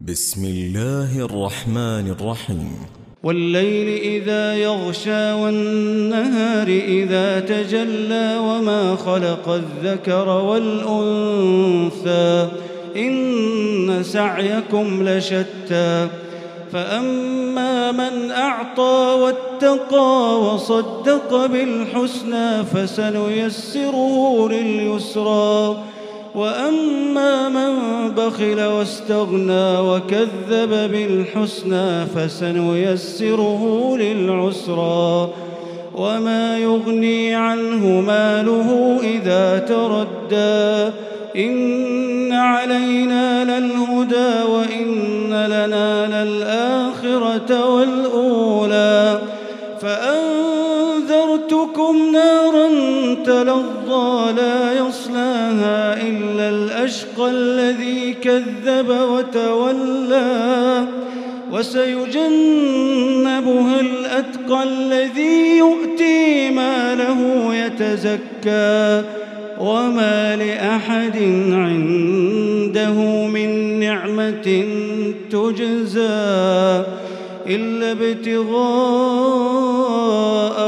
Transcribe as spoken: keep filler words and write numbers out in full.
بسم الله الرحمن الرحيم. والليل إذا يغشى والنهار إذا تجلى وما خلق الذكر والأنثى إن سعيكم لشتى فأما من أعطى واتقى وصدق بالحسنى فسنيسره لليسرى وأما من بخل واستغنى وكذب بالحسنى فسنيسره للعسرى وما يغني عنه ماله إذا تردى إن علينا للهدى وإن لنا للآخرة والأولى فأنذرتكم نارا تلظى لا يصلاها إلا الأشقى الذي كذب وتولى وسيجنبها الأتقى الذي يؤتي ماله يتزكى وما لأحد عنده من نعمة تجزى إلا ابتغاء